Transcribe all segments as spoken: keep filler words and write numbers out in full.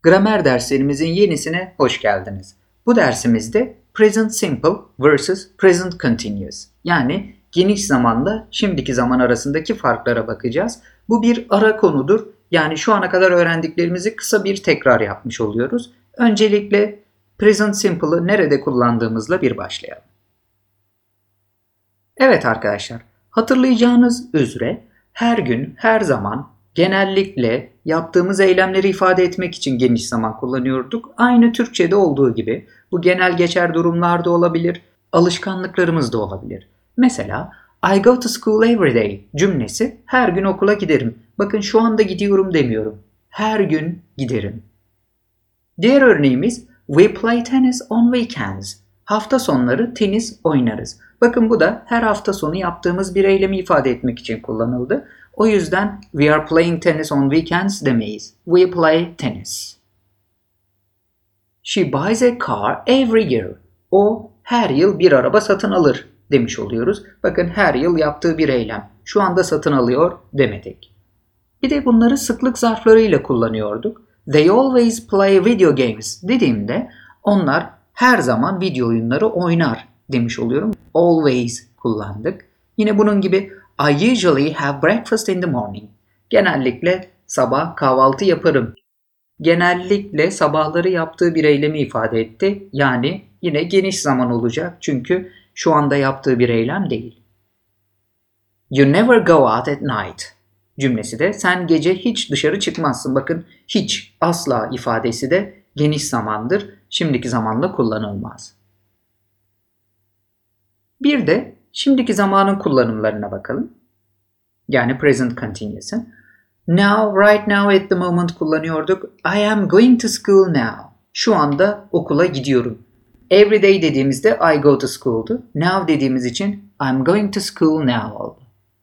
Gramer derslerimizin yenisine hoş geldiniz. Bu dersimizde Present Simple versus Present Continuous yani geniş zamanla şimdiki zaman arasındaki farklara bakacağız. Bu bir ara konudur. Yani şu ana kadar öğrendiklerimizi kısa bir tekrar yapmış oluyoruz. Öncelikle Present Simple'ı nerede kullandığımızla bir başlayalım. Evet arkadaşlar, hatırlayacağınız üzere her gün, her zaman genellikle yaptığımız eylemleri ifade etmek için geniş zaman kullanıyorduk. Aynı Türkçe'de olduğu gibi bu genel geçer durumlarda olabilir, alışkanlıklarımız da olabilir. Mesela I go to school every day cümlesi her gün okula giderim. Bakın şu anda gidiyorum demiyorum. Her gün giderim. Diğer örneğimiz we play tennis on weekends. Hafta sonları tenis oynarız. Bakın bu da her hafta sonu yaptığımız bir eylemi ifade etmek için kullanıldı. O yüzden we are playing tennis on weekends demeyiz. We play tennis. She buys a car every year. O her yıl bir araba satın alır demiş oluyoruz. Bakın her yıl yaptığı bir eylem. Şu anda satın alıyor demedik. Bir de bunları sıklık zarflarıyla kullanıyorduk. They always play video games dediğimde onlar her zaman video oyunları oynar demiş oluyorum. Always kullandık. Yine bunun gibi I usually have breakfast in the morning. Genellikle sabah kahvaltı yaparım. Genellikle sabahları yaptığı bir eylemi ifade etti. Yani yine geniş zaman olacak çünkü şu anda yaptığı bir eylem değil. You never go out at night cümlesi de sen gece hiç dışarı çıkmazsın. Bakın hiç, asla ifadesi de geniş zamandır. Şimdiki zamanla kullanılmaz. Bir de şimdiki zamanın kullanımlarına bakalım. Yani present continuous'ın. Now, right now, at the moment kullanıyorduk. I am going to school now. Şu anda okula gidiyorum. Every day dediğimizde I go to school'du. Now dediğimiz için I'm going to school now oldu.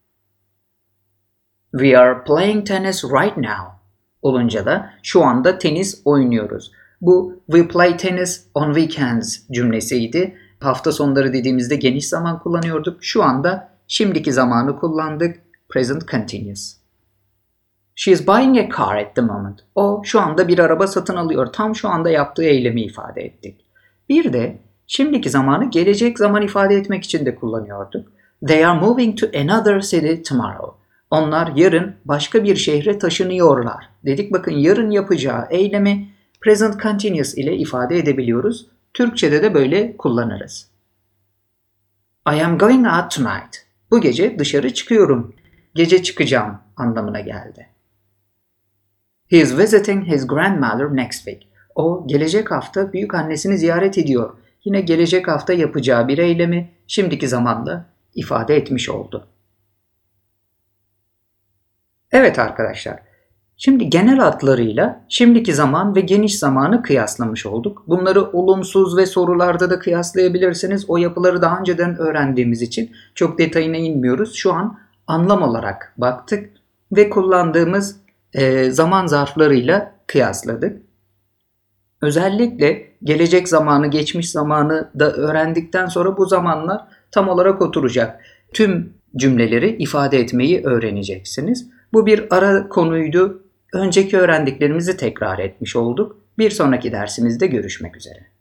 We are playing tennis right now olunca da şu anda tenis oynuyoruz. Bu we play tennis on weekends cümlesiydi. Hafta sonları dediğimizde geniş zaman kullanıyorduk. Şu anda şimdiki zamanı kullandık. Present continuous. She is buying a car at the moment. O şu anda bir araba satın alıyor. Tam şu anda yaptığı eylemi ifade ettik. Bir de şimdiki zamanı gelecek zaman ifade etmek için de kullanıyorduk. They are moving to another city tomorrow. Onlar yarın başka bir şehre taşınıyorlar. Dedik bakın yarın yapacağı eylemi present continuous ile ifade edebiliyoruz. Türkçe'de de böyle kullanırız. I am going out tonight. Bu gece dışarı çıkıyorum. Gece çıkacağım anlamına geldi. He is visiting his grandmother next week. O gelecek hafta büyük annesini ziyaret ediyor. Yine gelecek hafta yapacağı bir eylemi şimdiki zamanla ifade etmiş oldu. Evet arkadaşlar, şimdi genel adlarıyla şimdiki zaman ve geniş zamanı kıyaslamış olduk. Bunları olumsuz ve sorularda da kıyaslayabilirsiniz. O yapıları daha önceden öğrendiğimiz için çok detayına inmiyoruz. Şu an anlam olarak baktık ve kullandığımız e, zaman zarflarıyla kıyasladık. Özellikle gelecek zamanı, geçmiş zamanı da öğrendikten sonra bu zamanlar tam olarak oturacak. Tüm cümleleri ifade etmeyi öğreneceksiniz. Bu bir ara konuydu. Önceki öğrendiklerimizi tekrar etmiş olduk. Bir sonraki dersimizde görüşmek üzere.